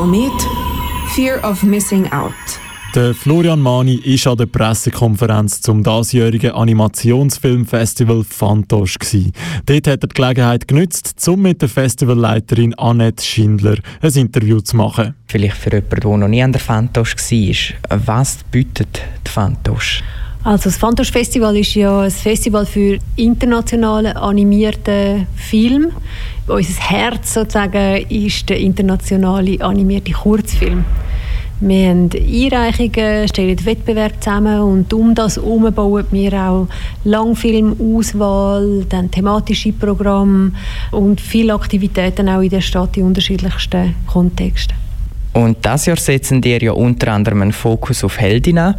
Komet, Fear of Missing Out. Der Florian Mani war an der Pressekonferenz zum diesjährigen Animationsfilmfestival Fantoche. Dort hat er die Gelegenheit genutzt, um mit der Festivalleiterin Annette Schindler ein Interview zu machen. Vielleicht für jemanden, der noch nie an der Fantoche war, was bietet die Fantoche? Also das Fantoche Festival ist ja ein Festival für internationale animierte Film. Unser Herz sozusagen ist der internationale animierte Kurzfilm. Wir haben Einreichungen, stellen Wettbewerbe zusammen und um das herum bauen wir auch Langfilmauswahl, dann thematische Programme und viele Aktivitäten auch in der Stadt in unterschiedlichsten Kontexten. Und dieses Jahr setzen ihr ja unter anderem einen Fokus auf Heldinnen.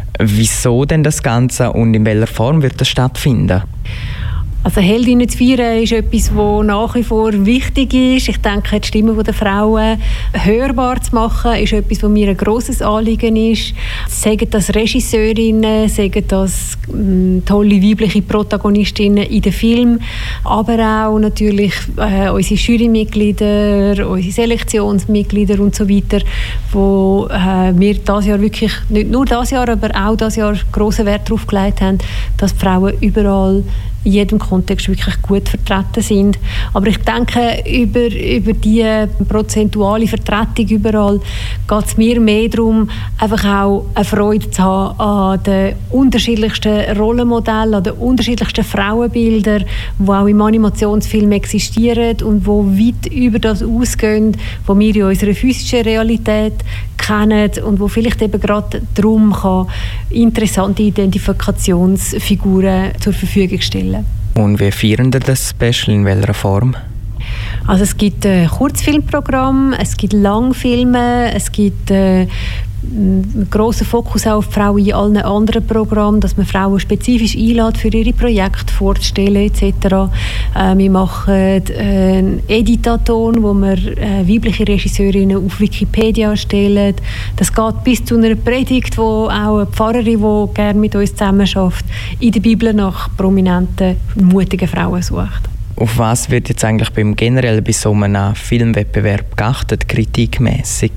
Wieso denn das Ganze und in welcher Form wird das stattfinden? Also Heldinnen zu feiern ist etwas, das nach wie vor wichtig ist. Ich denke, die Stimme der Frauen hörbar zu machen, ist etwas, was mir ein grosses Anliegen ist. Sagen das Regisseurinnen, sagen das tolle weibliche Protagonistinnen in den Filmen, aber auch natürlich unsere Jurymitglieder, unsere Selektionsmitglieder und so weiter, wo wir dieses Jahr wirklich, nicht nur dieses Jahr, aber auch dieses Jahr grossen Wert darauf gelegt haben, dass die Frauen überall in jedem Kontext wirklich gut vertreten sind. Aber ich denke, über die prozentuale Vertretung überall geht es mir mehr darum, einfach auch eine Freude zu haben an den unterschiedlichsten Rollenmodellen, an den unterschiedlichsten Frauenbildern, die auch im Animationsfilm existieren und die weit über das ausgehen, was wir in unserer physischen Realität kennen und wo vielleicht eben gerade darum kann interessante Identifikationsfiguren zur Verfügung stellen. Und wie feiern Sie das Special, in welcher Form? Also es gibt Kurzfilmprogramm, es gibt Langfilme, es gibt einen grossen Fokus auf Frauen in allen anderen Programmen, dass man Frauen spezifisch einlädt, für ihre Projekte vorzustellen etc. Wir machen einen Editathon, wo wir weibliche Regisseurinnen auf Wikipedia stellen. Das geht bis zu einer Predigt, wo auch eine Pfarrerin, die gerne mit uns zusammenarbeitet, in der Bibel nach prominenten, mutigen Frauen sucht. Auf was wird jetzt eigentlich generell bei so einem Filmwettbewerb geachtet, kritikmässig?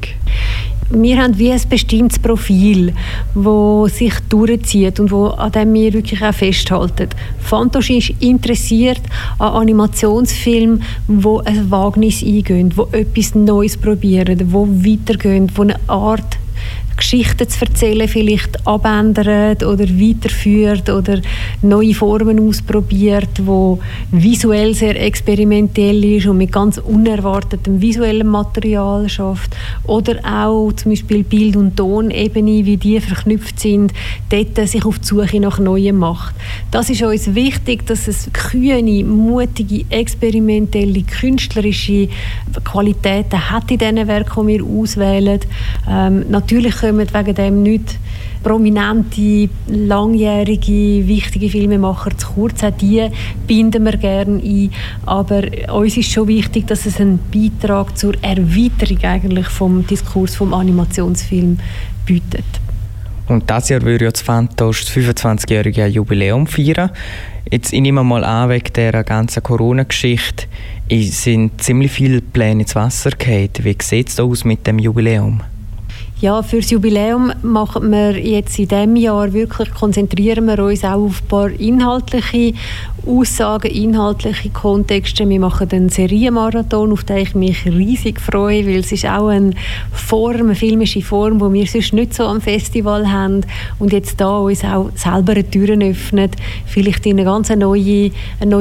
Wir haben wie ein bestimmtes Profil, das sich durchzieht und an dem wir wirklich auch festhalten. Fantoche ist interessiert an Animationsfilmen, die ein Wagnis eingehen, die etwas Neues probieren, die weitergehen, die eine Art Geschichten zu erzählen vielleicht abändert oder weiterführt oder neue Formen ausprobiert, wo visuell sehr experimentell ist und mit ganz unerwartetem visuellem Material schafft. Oder auch zum Beispiel Bild- und Tonebene, wie die verknüpft sind, dort sich auf die Suche nach Neuem macht. Das ist uns wichtig, dass es kühne, mutige, experimentelle, künstlerische Qualitäten hat in diesen Werken, die wir auswählen. Natürlich kommen wegen dem nicht prominente, langjährige, wichtige Filmemacher zu kurz. Auch die binden wir gerne ein. Aber uns ist schon wichtig, dass es einen Beitrag zur Erweiterung eigentlich vom Diskurs vom Animationsfilm bietet. Und dieses Jahr würde ja das Fantoche das 25-jährige Jubiläum feiern. Jetzt, ich nehme mal an, wegen dieser ganzen Corona-Geschichte sind ziemlich viele Pläne ins Wasser gefallen. Wie sieht es aus mit dem Jubiläum? Ja, für das Jubiläum machen wir jetzt in diesem Jahr wirklich, konzentrieren wir uns auch auf ein paar inhaltliche Aussagen, inhaltliche Kontexte. Wir machen einen Serienmarathon, auf den ich mich riesig freue, weil es ist auch eine filmische Form, die wir sonst nicht so am Festival haben und jetzt da uns auch selber Türen öffnet, vielleicht in einen ganz neuen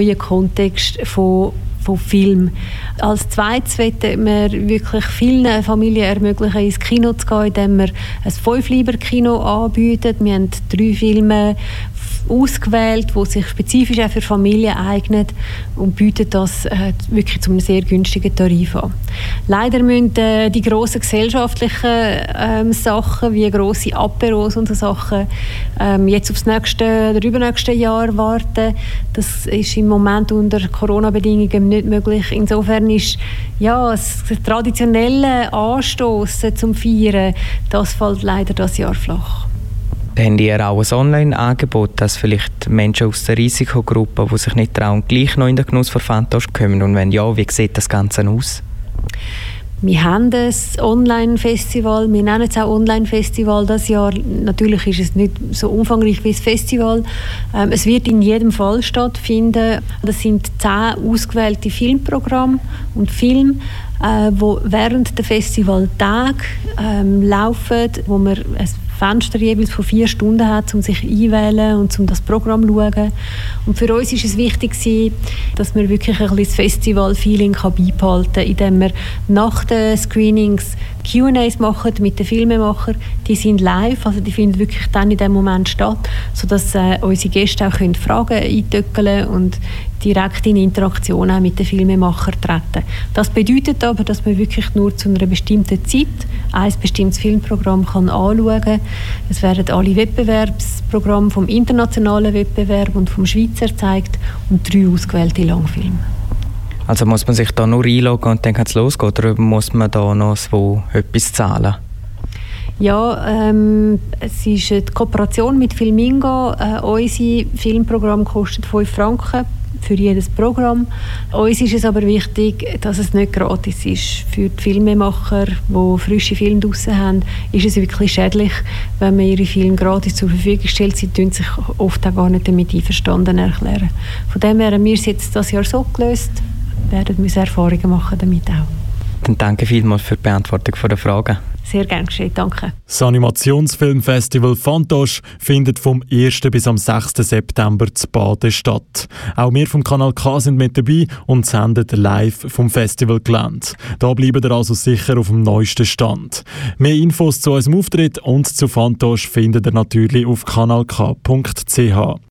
Kontext von Film. Als Zweites wollen wir wirklich vielen Familien ermöglichen, ins Kino zu gehen, indem wir ein 5-Lieber-Kino anbieten. Wir haben 3 Filme ausgewählt, die sich spezifisch auch für Familien eignen und bieten das wirklich zu einem sehr günstigen Tarif an. Leider müssen die grossen gesellschaftlichen Sachen, wie grosse Aperos und so Sachen, jetzt aufs nächste oder übernächste Jahr warten. Das ist im Moment unter Corona-Bedingungen nicht möglich. Insofern ist das traditionelle Anstossen zum Feiern, das fällt leider das Jahr flach. Haben die auch ein Online-Angebot, dass vielleicht Menschen aus der Risikogruppe, die sich nicht trauen, gleich noch in den Genuss von Fantoche kommen? Und wenn ja, wie sieht das Ganze aus? Wir haben ein Online-Festival, wir nennen es auch Online-Festival das Jahr. Natürlich ist es nicht so umfangreich wie das Festival. Es wird in jedem Fall stattfinden. Das sind 10 ausgewählte Filmprogramme und Filme, die während der Festivaltage laufen, wo man ein Fenster jeweils von 4 Stunden hat, um sich einwählen und um das Programm zu schauen. Und für uns ist es wichtig, dass wir wirklich ein bisschen das Festival-Feeling beibehalten kann, indem wir nach den Screenings Q&As machen mit den Filmemachern. Die sind live, also die finden wirklich dann in dem Moment statt, sodass unsere Gäste auch Fragen eintöckeln und direkt in Interaktion auch mit den Filmemachern treten. Das bedeutet aber, dass man wirklich nur zu einer bestimmten Zeit ein bestimmtes Filmprogramm anschauen kann. Es werden alle Wettbewerbsprogramme vom internationalen Wettbewerb und vom Schweizer gezeigt und 3 ausgewählte Langfilme. Also muss man sich da nur einloggen und dann kann es losgehen, oder muss man da noch so etwas zahlen? Ja, es ist eine Kooperation mit Filmingo. Unser Filmprogramm kostet 5 Franken für jedes Programm. Uns ist es aber wichtig, dass es nicht gratis ist. Für die Filmemacher, die frische Filme draussen haben, ist es wirklich schädlich, wenn man ihre Filme gratis zur Verfügung stellt. Sie tun sich oft auch gar nicht damit einverstanden erklären. Von dem her haben wir es jetzt dieses Jahr so gelöst, werden wir Erfahrungen machen damit auch. Dann danke vielmals für die Beantwortung der Fragen. Sehr gerne geschehen, danke. Das Animationsfilmfestival Fantoche findet vom 1. bis am 6. September zu Baden statt. Auch wir vom Kanal K sind mit dabei und senden live vom Festivalgelände. Da bleiben ihr also sicher auf dem neuesten Stand. Mehr Infos zu unserem Auftritt und zu Fantoche findet ihr natürlich auf kanalk.ch.